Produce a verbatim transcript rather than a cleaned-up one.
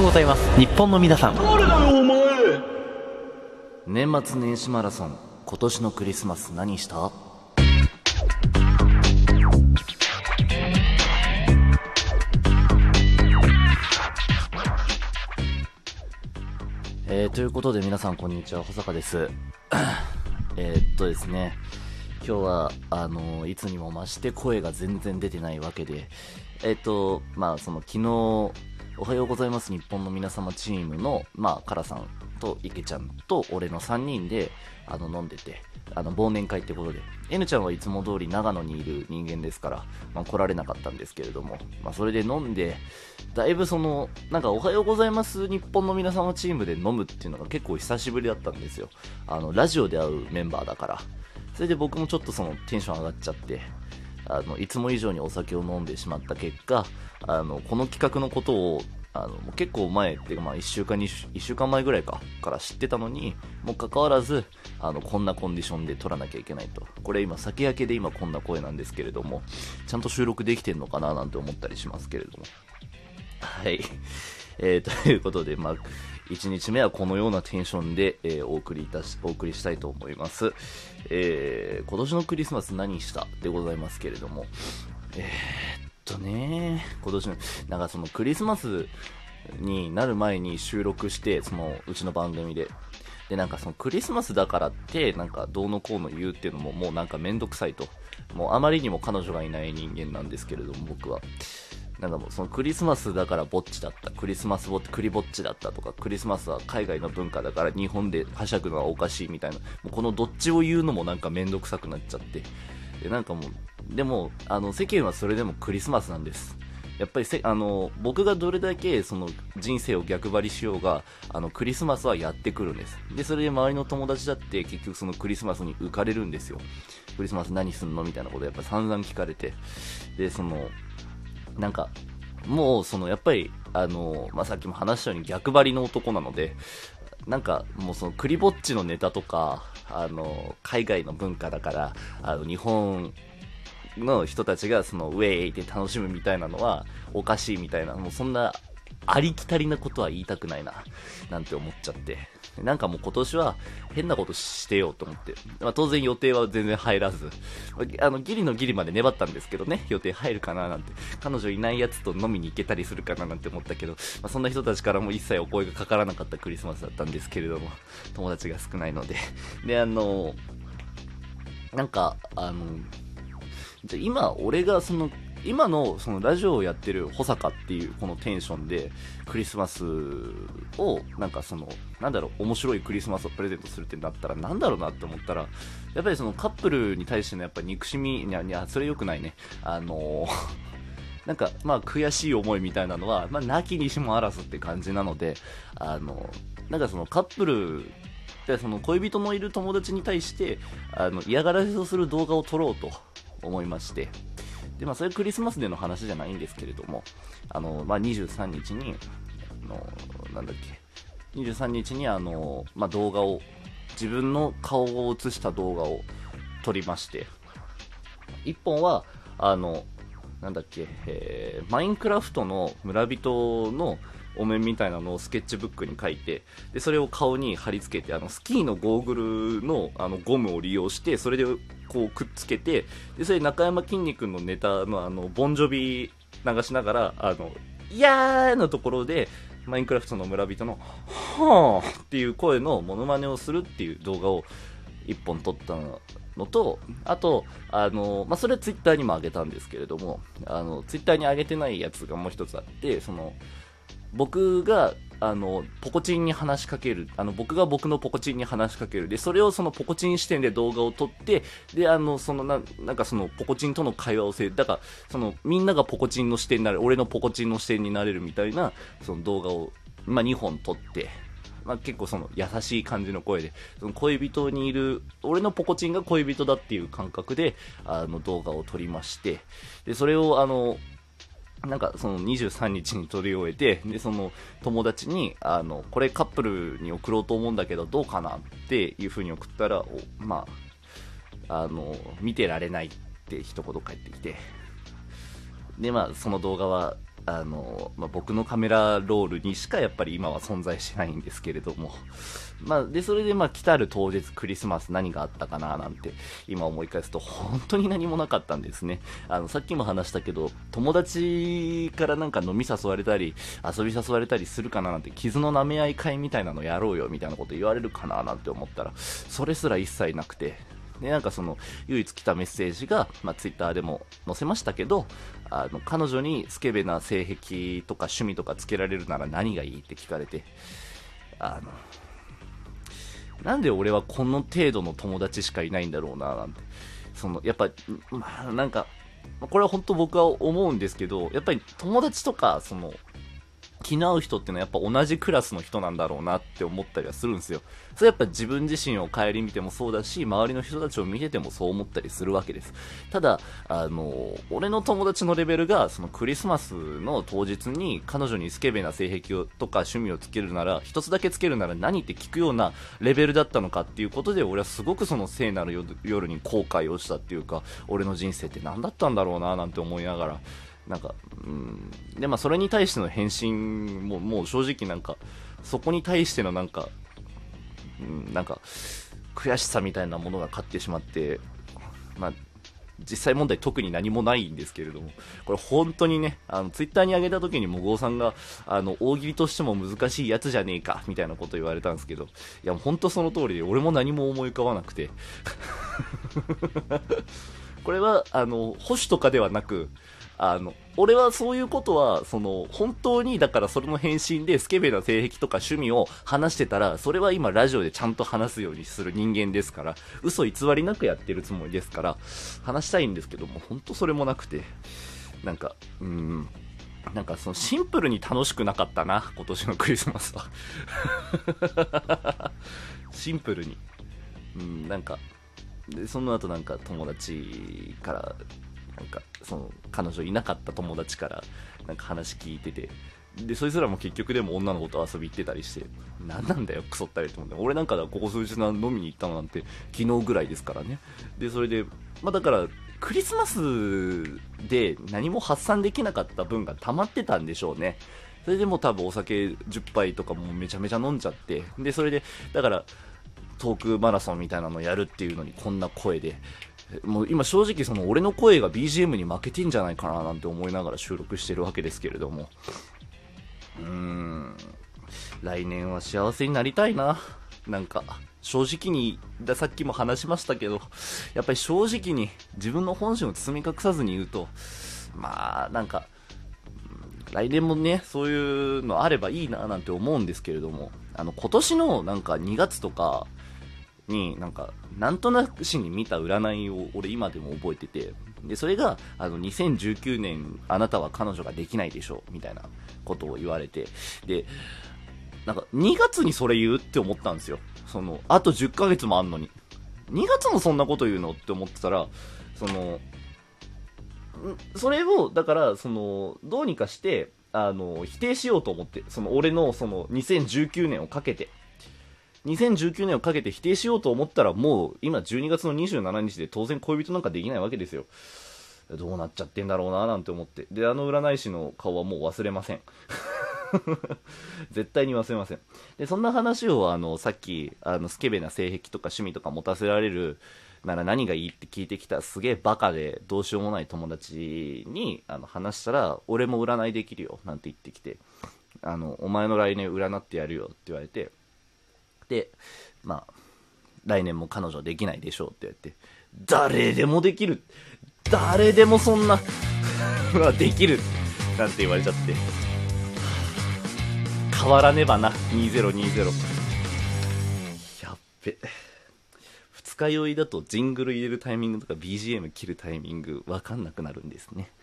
ございます、日本の皆さん。 誰だよお前。 年末年始マラソン、今年のクリスマス何した？えー、ということで皆さんこんにちは、保坂です。えーっとですね今日はあのー、いつにも増して声が全然出てないわけで、えーっとまあその昨日おはようございます日本の皆様チームのまあカラさんと池ちゃんと俺のさんにんであの飲んでて、あの忘年会ってことで N ちゃんはいつも通り長野にいる人間ですから、まあ、来られなかったんですけれども、まあ、それで飲んでだいぶそのなんかおはようございます日本の皆様チームで飲むっていうのが結構久しぶりだったんですよ。あのラジオで会うメンバーだから。それで僕もちょっとそのテンション上がっちゃって、あのいつも以上にお酒を飲んでしまった結果、あのこの企画のことをあのもう結構前っていうか、まあいっしゅうかんにいっしゅうかんまえぐらいかから知ってたのにもかかわらず、あのこんなコンディションで撮らなきゃいけないと。これ今酒焼けで今こんな声なんですけれども、ちゃんと収録できてんのかななんて思ったりしますけれども、はい、えー、ということで、まあいちにちめはこのようなテンションで、えー、お送りいたしお送りしたいと思います。えー、今年のクリスマス何したでございますけれども、えー、っとね今年のなんかそのクリスマスになる前に収録して、そのうちの番組ででなんかそのクリスマスだからってなんかどうのこうの言うっていうのももうなんかめんどくさいと。もうあまりにも彼女がいない人間なんですけれども、僕はなんかもうそのクリスマスだからぼっちだった、クリスマスぼクリぼっちだったとか、クリスマスは海外の文化だから日本ではしゃぐのはおかしいみたいな、もうこのどっちを言うのもなんかめんどくさくなっちゃって、でなんかもうでもあの世間はそれでもクリスマスなんです。やっぱりせあの僕がどれだけその人生を逆張りしようが、あのクリスマスはやってくるんです。でそれで周りの友達だって結局そのクリスマスに浮かれるんですよ。クリスマス何すんのみたいなことやっぱ散々聞かれて、でそのなんかもうそのやっぱりあの、まあ、さっきも話したように逆張りの男なので、なんかもうそのクリぼっちのネタとか、あの海外の文化だからあの日本の人たちがそのウェイで楽しむみたいなのはおかしいみたいな、もうそんなありきたりなことは言いたくないななんて思っちゃって、なんかもう今年は変なことしてよと思って、まあ、当然予定は全然入らず、あのギリのギリまで粘ったんですけどね、予定入るかななんて、彼女いないやつと飲みに行けたりするかななんて思ったけど、まあ、そんな人たちからも一切お声がかからなかったクリスマスだったんですけれども、友達が少ないのでであのなんかあのじゃ今俺がその今のそのラジオをやってる保坂っていうこのテンションでクリスマスをなんかそのなんだろう面白いクリスマスをプレゼントするってなったらなんだろうなって思ったら、やっぱりそのカップルに対してのやっぱ憎しみいやいやそれ良くないね、あのー、なんかまあ悔しい思いみたいなのはまあなきにしもあらずって感じなので、あのなんかそのカップルでその恋人のいる友達に対してあの嫌がらせをする動画を撮ろうと思いまして、でまあそれクリスマスでの話じゃないんですけれども、あのまあにじゅうさんにちにあのなんだっけにじゅうさんにちにあのまあ動画を自分の顔を映した動画を撮りまして、いっぽんはあのなんだっけ、えー、マインクラフトの村人のお面みたいなのをスケッチブックに書いて、でそれを顔に貼り付けて、あのスキーのゴーグルのあのゴムを利用してそれでこうくっつけて、でそれ中山きんに君のネタのあのボンジョビ流しながらあのいやーのところでマインクラフトの村人のはーっていう声のモノマネをするっていう動画をいっぽん撮ったのと、あとあの、まあ、それはツイッターにも上げたんですけれども、あのツイッターに上げてないやつがもう一つあって、その僕があのポコチンに話しかける、あの僕が僕のポコチンに話しかける、でそれをそのポコチン視点で動画を撮って、であのそのななんかそのポコチンとの会話をせだからそのみんながポコチンの視点になる、俺のポコチンの視点になれるみたいなその動画を、まあ、にほん撮って、まあ、結構その優しい感じの声でその恋人にいる俺のポコチンが恋人だっていう感覚であの動画を撮りまして、でそれをあのなんかそのにじゅうさんにちに撮り終えて、でその友達にあのこれカップルに送ろうと思うんだけどどうかなっていう風に送ったら、おまああの見てられないって一言返ってきて、でまあその動画はあの、まあ、僕のカメラロールにしかやっぱり今は存在しないんですけれども、まあ、でそれでまあ来たる当日クリスマス何があったかななんて今思い返すと本当に何もなかったんですね。あのさっきも話したけど、友達からなんか飲み誘われたり遊び誘われたりするかななんて、傷の舐め合い会みたいなのやろうよみたいなこと言われるかななんて思ったら、それすら一切なくて、でなんかその唯一来たメッセージが、まあ、ツイッターでも載せましたけど、あの彼女にスケベな性癖とか趣味とかつけられるなら何がいいって聞かれて、あのなんで俺はこの程度の友達しかいないんだろうななんて、そのやっぱ、まあ、なんかこれは本当僕は思うんですけど、やっぱり友達とかその気の合う人ってのはやっぱ同じクラスの人なんだろうなって思ったりはするんですよ。それやっぱ自分自身を顧みてもそうだし、周りの人たちを見ててもそう思ったりするわけです。ただ、あの、俺の友達のレベルが、そのクリスマスの当日に彼女にスケベな性癖をとか趣味をつけるなら、一つだけつけるなら何って聞くようなレベルだったのかっていうことで、俺はすごくその聖なる夜に後悔をしたっていうか、俺の人生って何だったんだろうななんて思いながら、なんか、うん、でまあそれに対しての返信ももう正直なんかそこに対してのなんか、うん、なんか悔しさみたいなものが勝ってしまって、まあ実際問題特に何もないんですけれども、これ本当にね、あのツイッターに上げた時にも郷さんがあの大喜利としても難しいやつじゃねえかみたいなこと言われたんですけど、いや本当その通りで俺も何も思い浮かばなくてこれはあの保守とかではなく、あの俺はそういうことはその本当にだからそれの返信でスケベな性癖とか趣味を話してたら、それは今ラジオでちゃんと話すようにする人間ですから、嘘偽りなくやってるつもりですから話したいんですけども、本当それもなくて、なんかうーんなんかそのシンプルに楽しくなかったな今年のクリスマスはシンプルに、うん、なんかでその後なんか友達からなんかその彼女いなかった友達からなんか話聞いてて、でそいつらも結局でも女の子と遊び行ってたりして、なんなんだよクソったりと思って、俺なんかだここ数日飲みに行ったのなんて昨日ぐらいですからね。でそれでまあだからクリスマスで何も発散できなかった分が溜まってたんでしょうね。それでもう多分お酒じゅっぱいとかもめちゃめちゃ飲んじゃって、でそれでだからトークマラソンみたいなのをやるっていうのにこんな声で、もう今正直その俺の声が ビージーエム に負けてんじゃないかななんて思いながら収録してるわけですけれども、うーん来年は幸せになりたいな。なんか正直にださっきも話しましたけど、やっぱり正直に自分の本心を包み隠さずに言うと、まあなんか来年もねそういうのあればいいななんて思うんですけれども、あの今年のなんかにがつとかになんかなんとなくしに見た占いを俺今でも覚えてて、でそれがあのにせんじゅうきゅうねんあなたは彼女ができないでしょうみたいなことを言われて、でなんかにがつにそれ言うって思ったんですよ。そのあとじゅっかげつもあんのににがつもそんなこと言うのって思ってたら、そのそれをだからそのどうにかしてあの否定しようと思って、その俺のそのにせんじゅうきゅうねんをかけてにせんじゅうきゅうねんをかけて否定しようと思ったら、もう今じゅうにがつのにじゅうしちにちで当然恋人なんかできないわけですよ。どうなっちゃってんだろうななんて思って、であの占い師の顔はもう忘れません絶対に忘れません。でそんな話をあのさっきあのスケベな性癖とか趣味とか持たせられるなら何がいいって聞いてきたすげえバカでどうしようもない友達にあの話したら、俺も占いできるよなんて言ってきて、あのお前の来年占ってやるよって言われて、でまあ来年も彼女できないでしょうって言って、誰でもできる、誰でもそんなできるなんて言われちゃって、変わらねばなにせんにじゅう。やっべ、二日酔いだとジングル入れるタイミングとか ビージーエム 切るタイミング分かんなくなるんですね。